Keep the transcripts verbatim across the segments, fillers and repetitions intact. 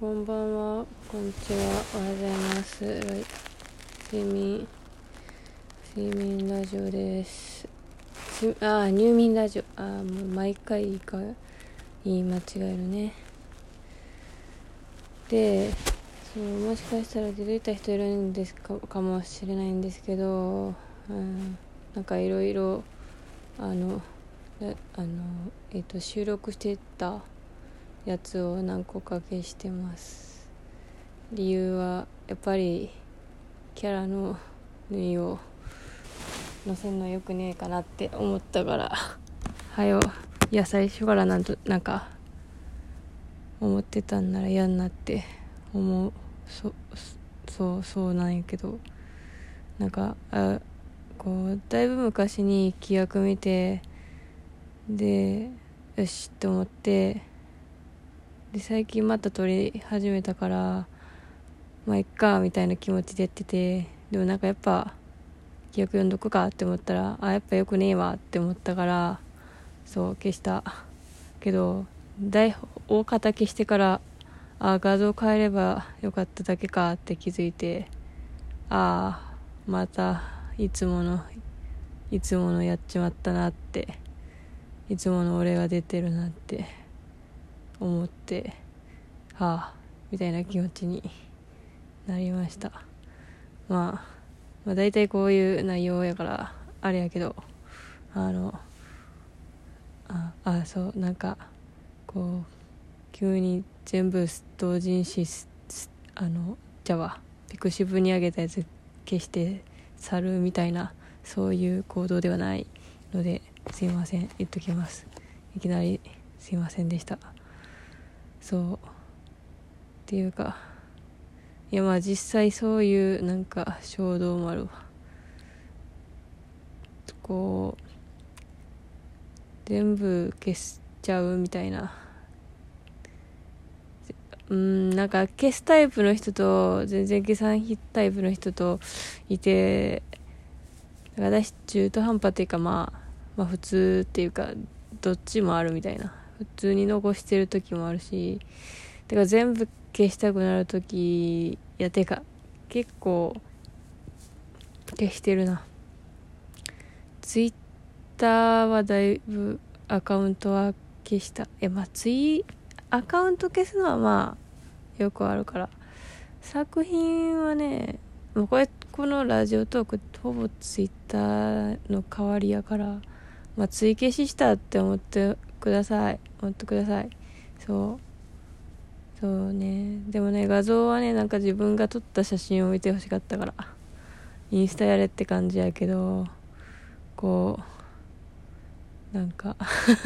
こんばんは、こんにちは、おはようございます。睡眠、睡眠ラジオです。あ、入眠ラジオ。あ、もう毎回か言い間違えるね。で、そう、もしかしたら気づいた人いるんですか、かもしれないんですけど、うん、なんかいろいろ、あの、あの、えっと、収録してたやつを何個か消してます。理由はやっぱりキャラの縫いを載せるのよくねえかなって思ったからはよ、いや最初からなんとなんか思ってたんならやんなって思う。そそうそうなんやけど、なんかあこうだいぶ昔に規約見て、でよしって思って、で最近また撮り始めたからまあいっかみたいな気持ちでやってて、でもなんかやっぱ記憶読んどくかって思ったら、あやっぱよくねえわって思ったからそう消したけど、大大方消してからあ画像変えればよかっただけかって気づいて、ああまたいつものいつものやっちまったなって、いつもの俺が出てるなって思って、はあみたいな気持ちになりました。まあ、まあ大体こういう内容やからあれやけど、あのああそうなんかこう急に全部同人誌あのじゃあピクシブに上げたやつ消して去るみたいな、そういう行動ではないのですいません、言っときます。いきなりすいませんでした。そうっていうか、いやまあ実際そういうなんか衝動もあるわ。こう全部消しちゃうみたいな、うーんなんか消すタイプの人と全然消さんタイプの人といて、私中途半端っていうか、まあ、まあ普通っていうかどっちもあるみたいな。普通に残してる時もあるし、てか全部消したくなる時、いやてか結構消してるな。ツイッターはだいぶアカウントは消した。えまあツイアカウント消すのはまあよくあるから、作品はね、もうこれこのラジオトークほぼツイッターの代わりやから、まあ追消ししたって思ってください思ってください。そうそうね。でもね、画像はね、なんか自分が撮った写真を見てほしかったからインスタやれって感じやけど、こうなんか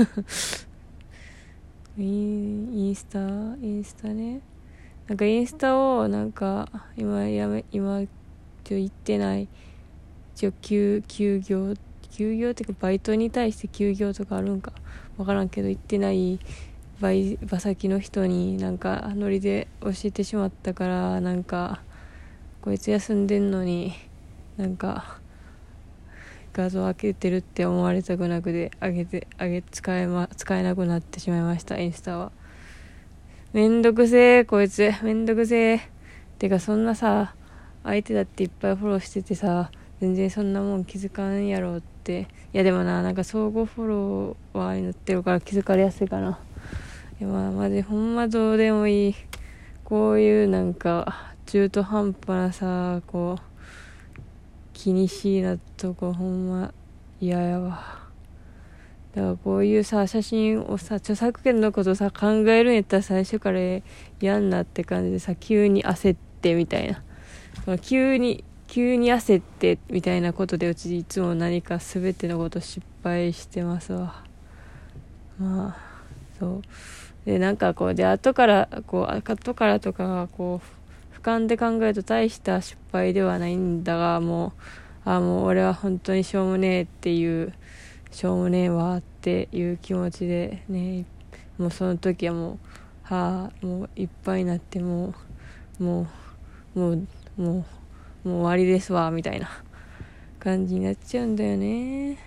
インインスタインスタね、なんかインスタをなんか今やめ今ちょ行ってない、一応休休業休業っていうかバイトに対して休業とかあるんか分からんけど、行ってないバイバ先の人になんかノリで教えてしまったから、なんかこいつ休んでんのになんか画像開けてるって思われたくなくてあげてあげ使えま使えなくなってしまいました。インスタはめんどくせえ、こいつめんどくせえ。てかそんなさ、相手だっていっぱいフォローしててさ、全然そんなもん気づかんやろって。いやでもな、なんか相互フォロワーになってるから気づかれやすいかな。いやまあマジほんまどうでもいい、こういうなんか中途半端なさ、こう気にしいなとこほんま嫌やわ。だからこういうさ写真をさ、著作権のことさ考えるんやったら最初からやんなって感じでさ、急に焦ってみたいな、急に急に焦ってみたいなことで、うちいつも何か全てのこと失敗してますわ。まあそうで、なんかこうで後からこう後からとかこう俯瞰で考えると大した失敗ではないんだが、もうあもう俺は本当にしょうもねえっていう、しょうもねえわっていう気持ちでね、もうその時はもうはあもういっぱいになって、もうもうもうもうもう終わりですわみたいな感じになっちゃうんだよね。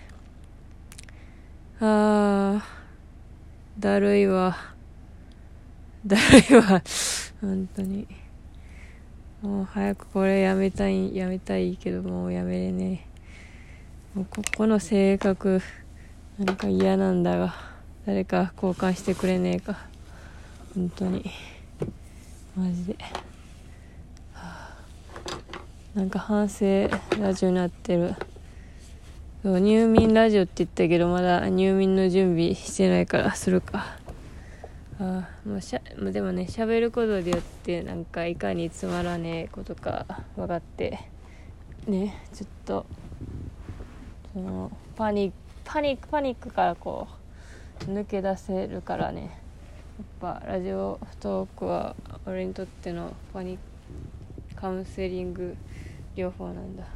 あーだるいわだるいわ本当にもう早くこれやめたいやめたいけどもうやめれねえ。もうここの性格なんか嫌なんだが、誰か交換してくれねえか、本当にマジで、はあ、なんか反省ラジオになってる。そう入眠ラジオって言ったけどまだ入眠の準備してないからするか。ああもうしゃでもね、喋ることでよってなんかいかにつまらねえことか分かってね、ちょっとそのパニックパニックパニックからこう抜け出せるからね。やっぱラジオトークは俺にとってのパニックカウンセリング療法なんだ。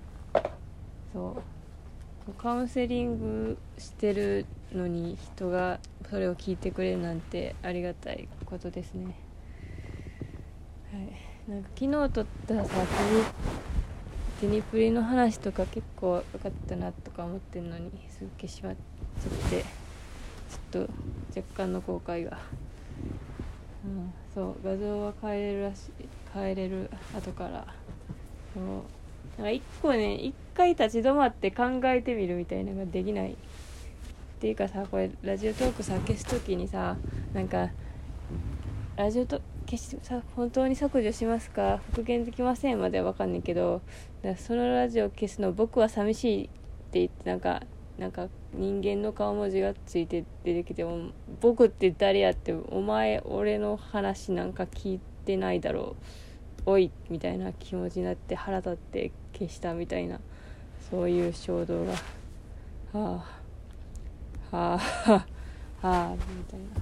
そうカウンセリングしてるのに人がそれを聞いてくれるなんてありがたいことですね。はい、なんか昨日撮ったさテニプリの話とか結構良かったなとか思ってんのにすぐ消しまっちゃって、ちょっと若干の後悔が、うん、そう画像は変えれるらしい変えれる後からそうなんか一個ね一回立ち止まって考えてみるみたいなのができないっていうかさ、これラジオトークさ消すときにさ、なんかラジオと消しさ本当に削除しますか復元できませんまでは分かんないけど、だそのラジオ消すの僕は寂しいって言ってなんかなんか人間の顔文字がついて出てきても僕って誰やってお前俺の話なんか聞いてないだろうおいみたいな気持ちになって腹立って消したみたいな、そういう衝動がはあはあはあはあみたいな。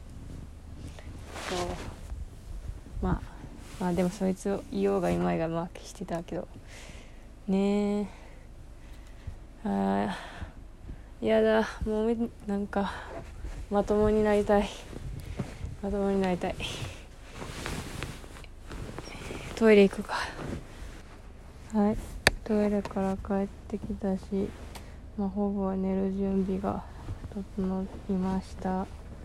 そうまあまあでもそいつを言おうがいまいがまあ消してたけどねえ。あーやだもうなんかまともになりたいまともになりたい。トイレ行くか。はい、トイレから帰ってきたし、まあ、ほぼ寝る準備が整いました。あ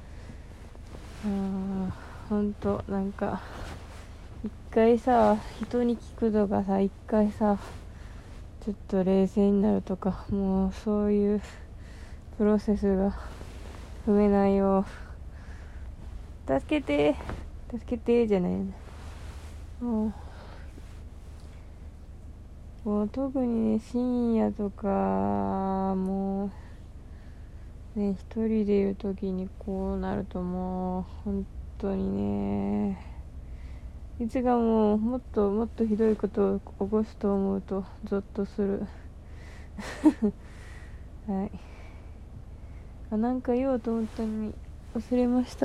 ーほんとなんか一回さ人に聞くとかさ、一回さちょっと冷静になるとか、もうそういうプロセスが踏めないよ。助けて助けてじゃないね。もうもう特にね深夜とかもうね一人でいる時にこうなるともう本当にね、いつがもうもっともっとひどいことを起こすと思うとゾッとするはい、あなんか言おうと思ったのに忘れました。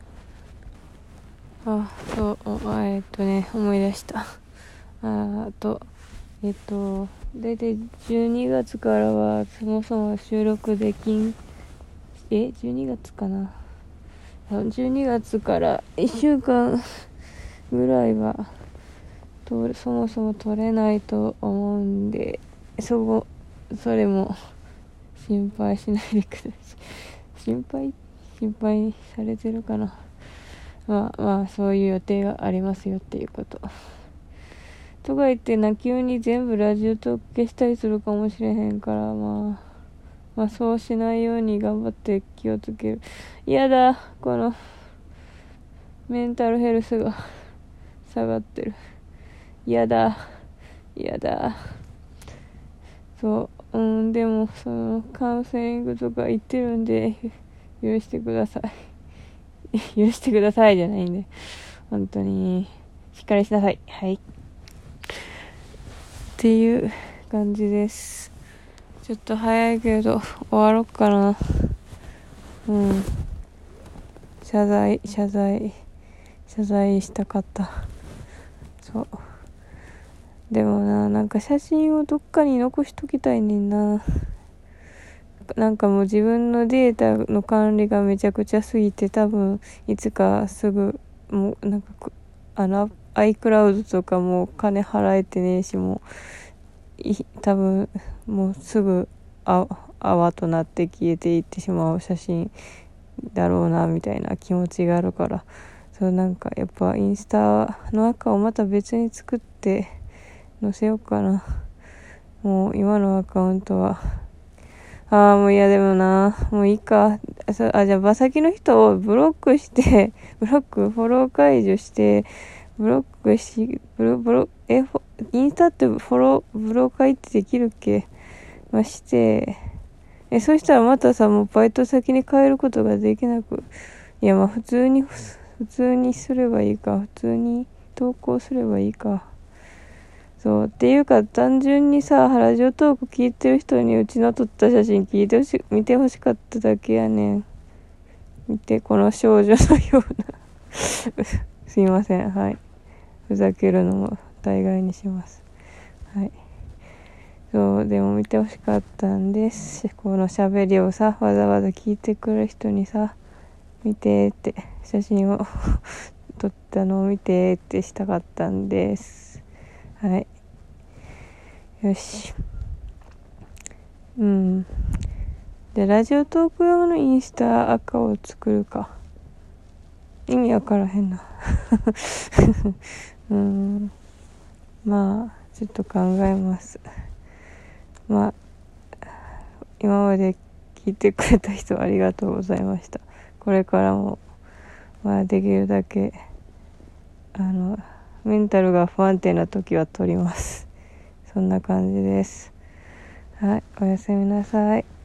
あそうえっとね思い出した。ああとえっとだいたいじゅうにがつからはそもそも収録できんえじゅうにがつかなじゅうにがつからいっしゅうかんぐらいはとそもそも撮れないと思うんで、そこそれも心配しないでください。心配心配されてるかな。まあまあそういう予定がありますよっていうこととか言ってな、急に全部ラジオトーク消したりするかもしれへんから、まあまあそうしないように頑張って気をつける。やだこのメンタルヘルスが下がってる。やだやだそううんでもそのカウンセリングとか言ってるんで許してください許してくださいじゃないんで本当にしっかりしなさい。はいっていう感じです。ちょっと早いけど終わろうかな。うん謝罪謝罪謝罪したかった。そうでもな、なんか写真をどっかに残しときたいねんな。なんかもう自分のデータの管理がめちゃくちゃすぎて、多分いつかすぐもうなんかあの iCloud とかも金払えてねえし、もう多分もうすぐあ泡となって消えていってしまう写真だろうなみたいな気持ちがあるから、 そうなんかやっぱインスタのアカをまた別に作って載せようかな。もう今のアカウントはああもういやでもなもういいか。あじゃあ馬先の人をブロックしてブロックフォロー解除してブロックしブロブロえインスタってフォローブロー解ってできるっけ。まあ、してえそしたらまたさもうバイト先に変えることができなく、いやまあ普通に普通にすればいいか、普通に投稿すればいいか。そうっていうか単純にさラジオトーク聞いてる人にうちの撮った写真聞いてほし見てほしかっただけやねん。見てこの少女のようなすいません、はい、ふざけるのも大概にします。はい、そうでも見てほしかったんです。この喋りをさわざわざ聞いてくる人にさ見てって写真を撮ったのを見てってしたかったんです。はい、よし。うんでラジオトーク用のインスタアカを作るか。意味わからへんなうんまあちょっと考えます。まあ今まで聞いてくれた人ありがとうございました。これからもまあできるだけあのメンタルが不安定な時は取ります。そんな感じです。はい、おやすみなさい。